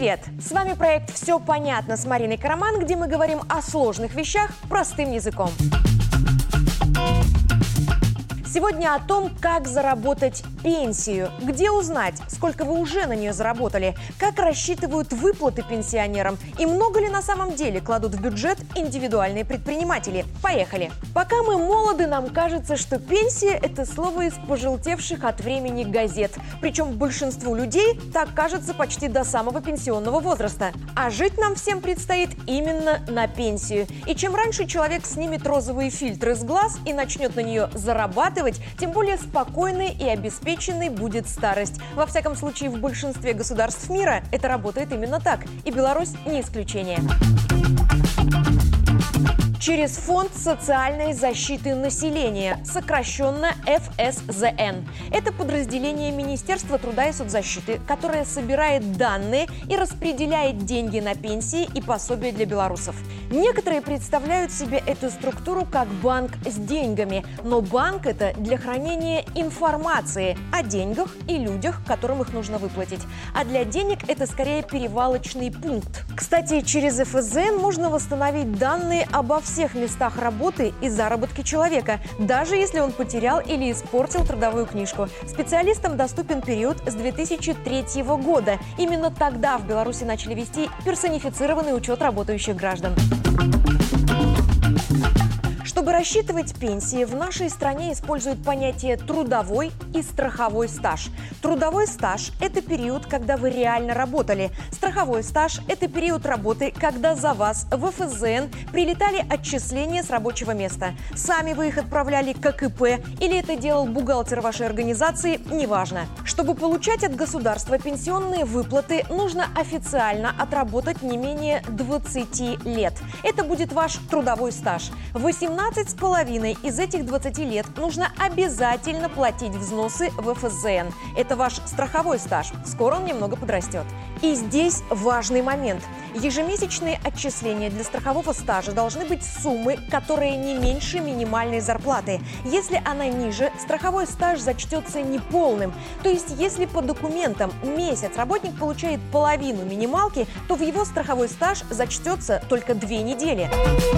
Привет! С вами проект «Все понятно» с Мариной Караман, где мы говорим о сложных вещах простым языком. Сегодня о том, как заработать пенсию, где узнать, сколько вы уже на нее заработали, как рассчитывают выплаты пенсионерам и много ли на самом деле кладут в бюджет индивидуальные предприниматели. Поехали! Пока мы молоды, нам кажется, что пенсия – это слово из пожелтевших от времени газет. Причем большинству людей так кажется почти до самого пенсионного возраста. А жить нам всем предстоит именно на пенсию. И чем раньше человек снимет розовые фильтры с глаз и начнет на нее зарабатывать, тем более спокойной и обеспеченной будет старость. Во всяком случае, в большинстве государств мира это работает именно так. И Беларусь не исключение. Через Фонд социальной защиты населения, сокращенно ФСЗН. Это подразделение Министерства труда и соцзащиты, которое собирает данные и распределяет деньги на пенсии и пособия для белорусов. Некоторые представляют себе эту структуру как банк с деньгами, но банк – это для хранения информации о деньгах и людях, которым их нужно выплатить. А для денег это скорее перевалочный пункт. Кстати, через ФСЗН можно восстановить данные обо всех местах работы и заработки человека, даже если он потерял или испортил трудовую книжку. Специалистам доступен период с 2003 года. Именно тогда в Беларуси начали вести персонифицированный учет работающих граждан. Чтобы рассчитывать пенсии, в нашей стране используют понятие «трудовой» и «страховой стаж». Трудовой стаж – это период, когда вы реально работали. Страховой стаж – это период работы, когда за вас в ФСЗН прилетали отчисления с рабочего места. Сами вы их отправляли к ИП или это делал бухгалтер вашей организации – неважно. Чтобы получать от государства пенсионные выплаты, нужно официально отработать не менее 20 лет. Это будет ваш трудовой стаж. 18,5 из этих 20 лет нужно обязательно платить взносы в ФСЗН. Это ваш страховой стаж. Скоро он немного подрастет. И здесь важный момент. Ежемесячные отчисления для страхового стажа должны быть суммы, которые не меньше минимальной зарплаты. Если она ниже, страховой стаж зачтется неполным. То есть, если по документам месяц работник получает половину минималки, то в его страховой стаж зачтется только 2 недели.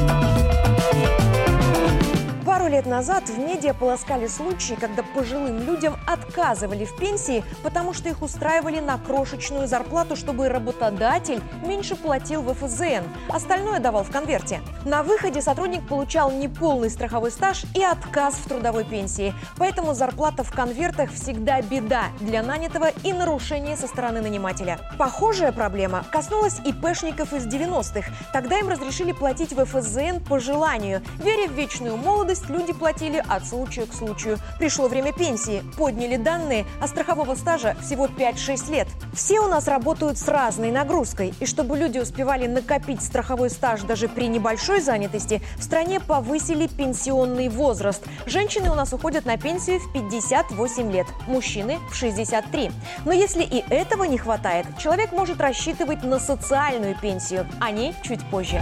Пару лет назад в медиа полоскали случаи, когда пожилым людям отказывали в пенсии, потому что их устраивали на крошечную зарплату, чтобы работодатель меньше платил в ФСЗН. Остальное давал в конверте. На выходе сотрудник получал неполный страховой стаж и отказ в трудовой пенсии. Поэтому зарплата в конвертах всегда беда для нанятого и нарушение со стороны нанимателя. Похожая проблема коснулась ИПшников из 90-х. Тогда им разрешили платить в ФСЗН по желанию. Веря в вечную молодость, люди платили от случая к случаю. Пришло время пенсии, подняли данные, а страхового стажа всего 5-6 лет. Все у нас работают с разной нагрузкой. И чтобы люди успевали накопить страховой стаж даже при небольшой занятости, в стране повысили пенсионный возраст. Женщины у нас уходят на пенсию в 58 лет, мужчины в 63. Но если и этого не хватает, человек может рассчитывать на социальную пенсию. О ней чуть позже.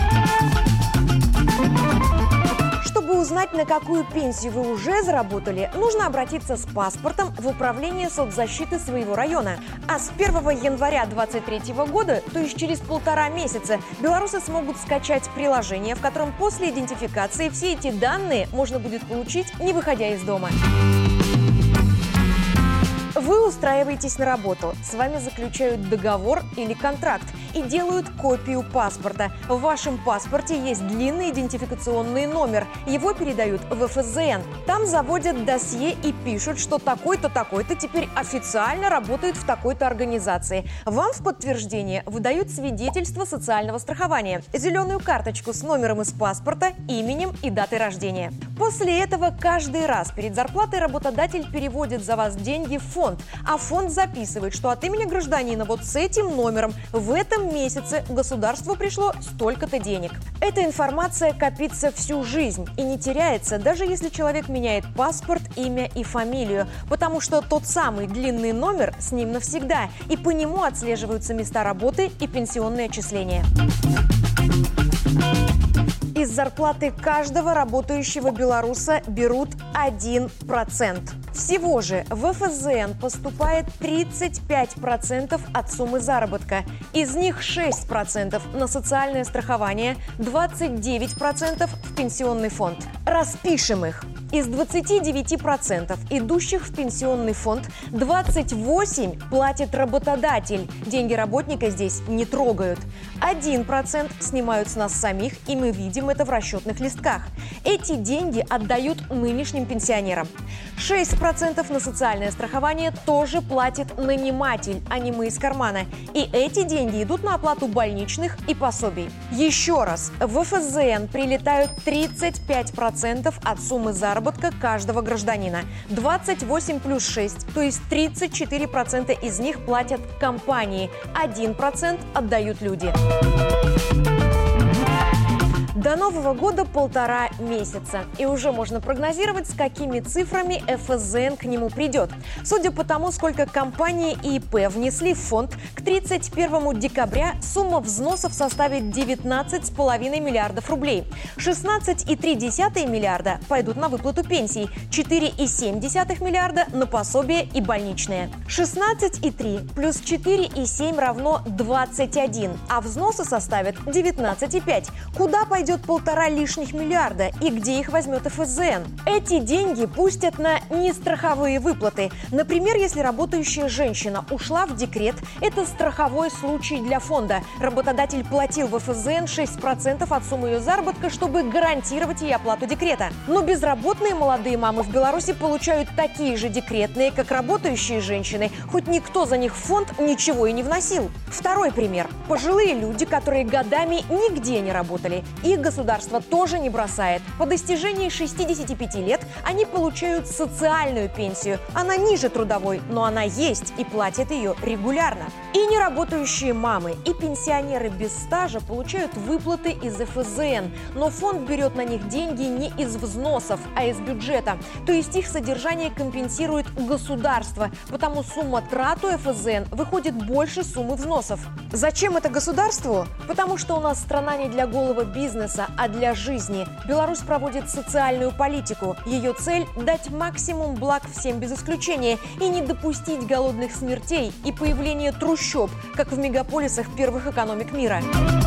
Чтобы узнать, на какую пенсию вы уже заработали, нужно обратиться с паспортом в управление соцзащиты своего района. А с 1 января 2023 года, то есть через 1,5 месяца, белорусы смогут скачать приложение, в котором после идентификации все эти данные можно будет получить, не выходя из дома. Вы устраиваетесь на работу, с вами заключают договор или контракт и делают копию паспорта. В вашем паспорте есть длинный идентификационный номер. Его передают в ФСЗН. Там заводят досье и пишут, что такой-то, такой-то теперь официально работает в такой-то организации. Вам в подтверждение выдают свидетельство социального страхования, зеленую карточку с номером из паспорта, именем и датой рождения. После этого каждый раз перед зарплатой работодатель переводит за вас деньги в фонд, а фонд записывает, что от имени гражданина вот с этим номером в этом месяце государству пришло столько-то денег. Эта информация копится всю жизнь и не теряется, даже если человек меняет паспорт, имя и фамилию, потому что тот самый длинный номер с ним навсегда, и по нему отслеживаются места работы и пенсионные отчисления. Из зарплаты каждого работающего белоруса берут 1%. Всего же в ФСЗН поступает 35% от суммы заработка. Из них 6% на социальное страхование, 29% в пенсионный фонд. Распишем их. Из 29% идущих в пенсионный фонд 28% платит работодатель. Деньги работника здесь не трогают. 1% снимают с нас самих, и мы видим это в расчетных листках. Эти деньги отдают нынешним пенсионерам. 6% на социальное страхование тоже платит наниматель, а не мы из кармана. И эти деньги идут на оплату больничных и пособий. Еще раз, в ФСЗН прилетают 35% от суммы заработка каждого гражданина. 28 плюс 6, то есть 34% из них платят компании, 1% отдают люди. До Нового года 1,5 месяца. И уже можно прогнозировать, с какими цифрами ФСЗН к нему придет. Судя по тому, сколько компании и ИП внесли в фонд, к 31 декабря сумма взносов составит 19,5 миллиардов рублей. 16,3 миллиарда пойдут на выплату пенсий, 4,7 миллиарда на пособие и больничные. 16,3 плюс 4,7 равно 21, а взносы составят 19,5. Куда пойдет 1,5 лишних миллиарда и где их возьмет ФСЗН? Эти деньги пустят на нестраховые выплаты. Например, если работающая женщина ушла в декрет, это страховой случай для фонда. Работодатель платил в ФСЗН 6% от суммы ее заработка, чтобы гарантировать ей оплату декрета. Но безработные молодые мамы в Беларуси получают такие же декретные, как работающие женщины, хоть никто за них в фонд ничего и не вносил. Второй пример. Пожилые люди, которые годами нигде не работали. Их государство тоже не бросает. По достижении 65 лет они получают социальную пенсию. Она ниже трудовой, но она есть и платят ее регулярно. И неработающие мамы, и пенсионеры без стажа получают выплаты из ФСЗН. Но фонд берет на них деньги не из взносов, а из бюджета. То есть их содержание компенсирует государство. Потому сумма трат у ФСЗН выходит больше суммы взносов. Зачем это государству? Потому что у нас страна не для голого бизнеса, а для жизни. Беларусь проводит социальную политику. Ее цель – дать максимум благ всем без исключения и не допустить голодных смертей и появления трущоб, как в мегаполисах первых экономик мира.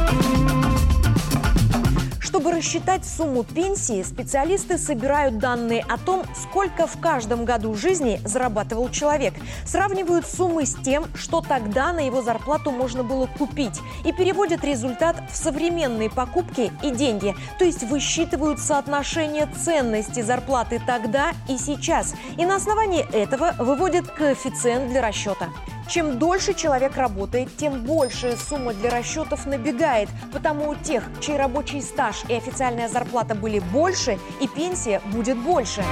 Чтобы рассчитать сумму пенсии, специалисты собирают данные о том, сколько в каждом году жизни зарабатывал человек, сравнивают суммы с тем, что тогда на его зарплату можно было купить, и переводят результат в современные покупки и деньги, то есть высчитывают соотношение ценности зарплаты тогда и сейчас, и на основании этого выводят коэффициент для расчета. Чем дольше человек работает, тем большая сумма для расчетов набегает, потому у тех, чей рабочий стаж и официальная зарплата были больше, и пенсия будет больше.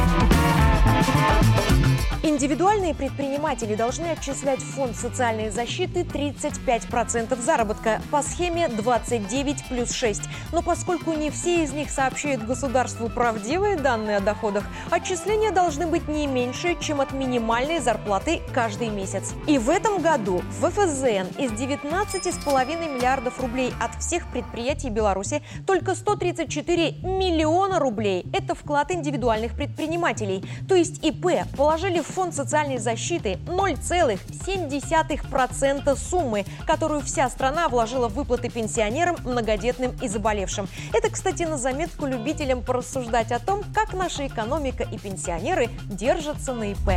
Индивидуальные предприниматели должны отчислять в фонд социальной защиты 35% заработка по схеме 29 плюс 6. Но поскольку не все из них сообщают государству правдивые данные о доходах, отчисления должны быть не меньше, чем от минимальной зарплаты каждый месяц. И в этом году в ФСЗН из 19,5 миллиардов рублей от всех предприятий Беларуси только 134 миллиона рублей – это вклад индивидуальных предпринимателей. То есть ИП положили в фонд социальной защиты 0,7% суммы, которую вся страна вложила в выплаты пенсионерам, многодетным и заболевшим. Это, кстати, на заметку любителям порассуждать о том, как наша экономика и пенсионеры держатся на ИП.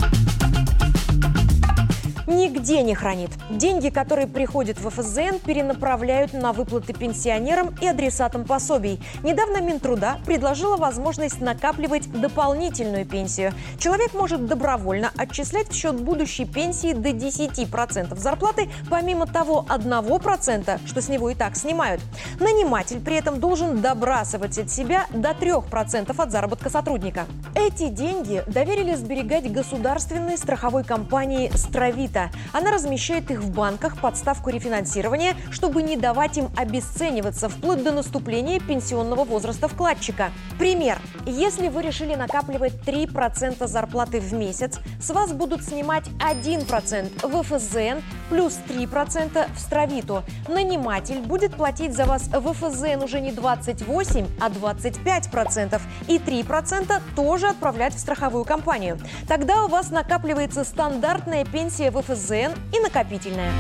Нигде не хранит. Деньги, которые приходят в ФСЗН, перенаправляют на выплаты пенсионерам и адресатам пособий. Недавно Минтруда предложила возможность накапливать дополнительную пенсию. Человек может добровольно отчислять в счет будущей пенсии до 10% зарплаты, помимо того 1%, что с него и так снимают. Наниматель при этом должен добрасывать от себя до 3% от заработка сотрудника. Эти деньги доверили сберегать государственной страховой компании «Стравита». кредита. Она размещает их в банках под ставку рефинансирования, чтобы не давать им обесцениваться вплоть до наступления пенсионного возраста вкладчика. Пример. Если вы решили накапливать 3% зарплаты в месяц, с вас будут снимать 1% в ФСЗН плюс 3% в Стравиту. Наниматель будет платить за вас в ФСЗН уже не 28, а 25%. И 3% тоже отправлять в страховую компанию. Тогда у вас накапливается стандартная пенсия в ФСЗН и накопительная.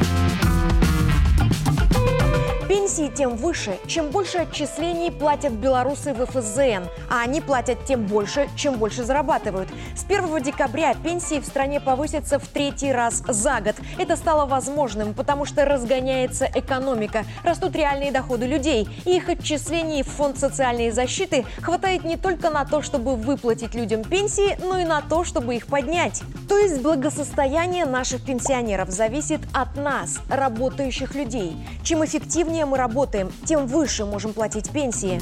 Пенсии тем выше, чем больше отчислений платят белорусы в ФСЗН, а они платят тем больше, чем больше зарабатывают. С 1 декабря пенсии в стране повысятся в 3-й раз за год. Это стало возможным, потому что разгоняется экономика, растут реальные доходы людей, и их отчислений в фонд социальной защиты хватает не только на то, чтобы выплатить людям пенсии, но и на то, чтобы их поднять. То есть благосостояние наших пенсионеров зависит от нас, работающих людей. Чем эффективнее мы работаем, тем выше можем платить пенсии.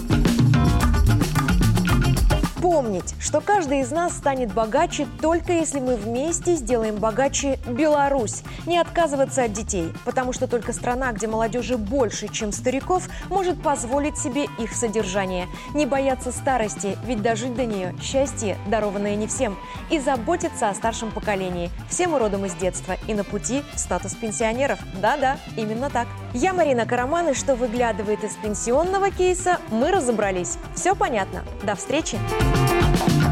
Помнить, что каждый из нас станет богаче только если мы вместе сделаем богаче Беларусь. Не отказываться от детей, потому что только страна, где молодежи больше, чем стариков, может позволить себе их содержание. Не бояться старости, ведь дожить до нее – счастье, дарованное не всем. И заботиться о старшем поколении. Все мы родом из детства и на пути в статус пенсионеров. Да-да, именно так. Я Марина Караман, и что выглядывает из пенсионного кейса, мы разобрались. Все понятно. До встречи!